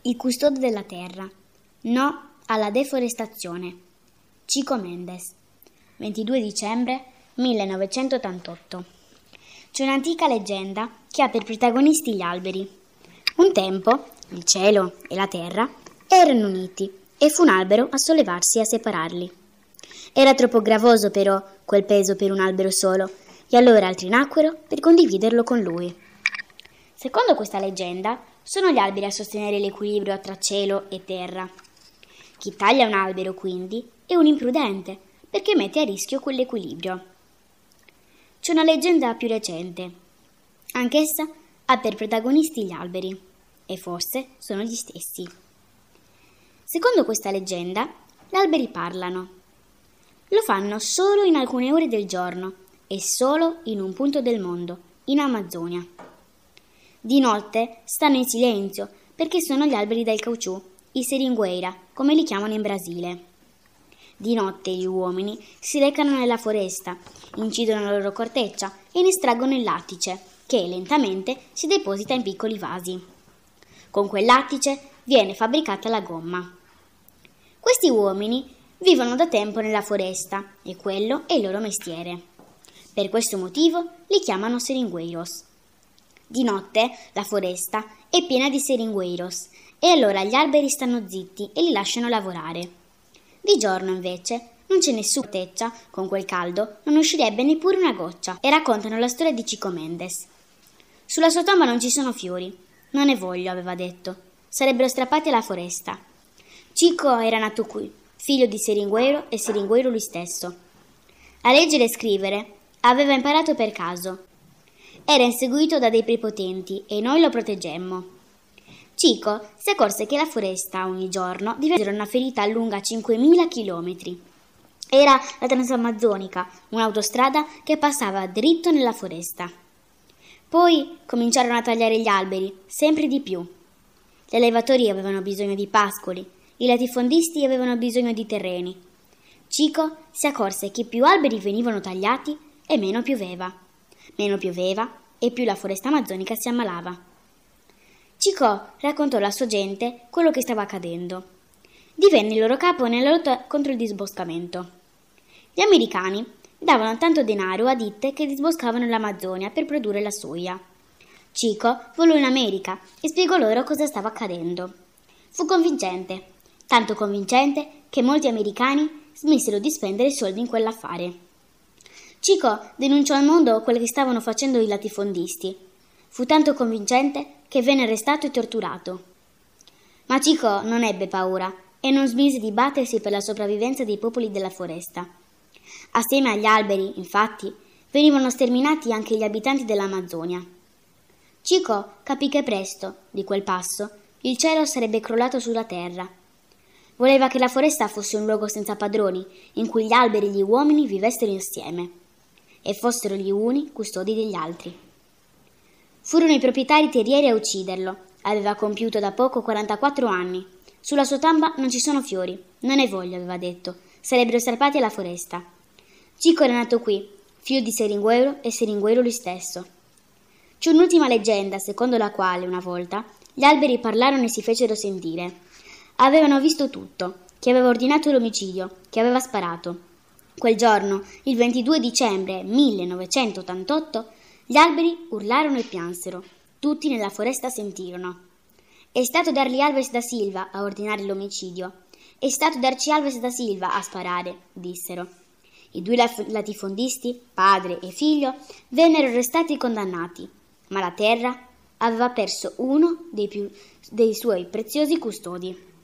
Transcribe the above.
Il custode della terra. No alla deforestazione. Chico Mendes. 22 dicembre 1988. C'è un'antica leggenda che ha per protagonisti gli alberi. Un tempo il cielo e la terra erano uniti e fu un albero a sollevarsi e a separarli. Era troppo gravoso però quel peso per un albero solo, e allora altri nacquero per condividerlo con lui. Secondo questa leggenda, sono gli alberi a sostenere l'equilibrio tra cielo e terra. Chi taglia un albero, quindi, è un imprudente, perché mette a rischio quell'equilibrio. C'è una leggenda più recente. Anch'essa ha per protagonisti gli alberi, e forse sono gli stessi. Secondo questa leggenda, gli alberi parlano. Lo fanno solo in alcune ore del giorno e solo in un punto del mondo, in Amazzonia. Di notte stanno in silenzio perché sono gli alberi del caucciù, i seringueira, come li chiamano in Brasile. Di notte gli uomini si recano nella foresta, incidono la loro corteccia e ne estraggono il lattice, che lentamente si deposita in piccoli vasi. Con quel lattice viene fabbricata la gomma. Questi uomini vivono da tempo nella foresta e quello è il loro mestiere. Per questo motivo li chiamano seringueiros. Di notte la foresta è piena di seringueiros e allora gli alberi stanno zitti e li lasciano lavorare. Di giorno invece non c'è nessuna corteccia, con quel caldo non uscirebbe neppure una goccia, e raccontano la storia di Chico Mendes. Sulla sua tomba non ci sono fiori. Non ne voglio, aveva detto. Sarebbero strappati alla foresta. Chico era nato qui, figlio di seringueiro e seringueiro lui stesso. A leggere e scrivere aveva imparato per caso. Era inseguito da dei prepotenti e noi lo proteggemmo. Chico si accorse che la foresta ogni giorno diventava una ferita lunga 5.000 chilometri. Era la Transamazzonica, un'autostrada che passava dritto nella foresta. Poi cominciarono a tagliare gli alberi, sempre di più. Gli allevatori avevano bisogno di pascoli, i latifondisti avevano bisogno di terreni. Chico si accorse che più alberi venivano tagliati e meno pioveva. Meno pioveva e più la foresta amazzonica si ammalava. Chico raccontò alla sua gente quello che stava accadendo. Divenne il loro capo nella lotta contro il disboscamento. Gli americani davano tanto denaro a ditte che disboscavano l'Amazzonia per produrre la soia. Chico volò in America e spiegò loro cosa stava accadendo. Fu convincente, tanto convincente che molti americani smissero di spendere soldi in quell'affare. Chico denunciò al mondo quello che stavano facendo i latifondisti. Fu tanto convincente che venne arrestato e torturato. Ma Chico non ebbe paura e non smise di battersi per la sopravvivenza dei popoli della foresta. Assieme agli alberi, infatti, venivano sterminati anche gli abitanti dell'Amazzonia. Chico capì che presto, di quel passo, il cielo sarebbe crollato sulla terra. Voleva che la foresta fosse un luogo senza padroni, in cui gli alberi e gli uomini vivessero insieme e fossero gli uni custodi degli altri. Furono i proprietari terrieri a ucciderlo. Aveva compiuto da poco 44 anni. Sulla sua tomba non ci sono fiori. Non ne voglio, aveva detto. Sarebbero strappati alla foresta. Chico era nato qui, figlio di seringueiro e seringueiro lui stesso. C'è un'ultima leggenda secondo la quale, una volta, gli alberi parlarono e si fecero sentire. Avevano visto tutto, chi aveva ordinato l'omicidio, chi aveva sparato. Quel giorno, il 22 dicembre 1988, gli alberi urlarono e piansero. Tutti nella foresta sentirono. È stato Darli Alves da Silva a ordinare l'omicidio. È stato Darci Alves da Silva a sparare, dissero. I due latifondisti, padre e figlio, vennero arrestati e condannati, ma la terra aveva perso uno dei suoi preziosi custodi.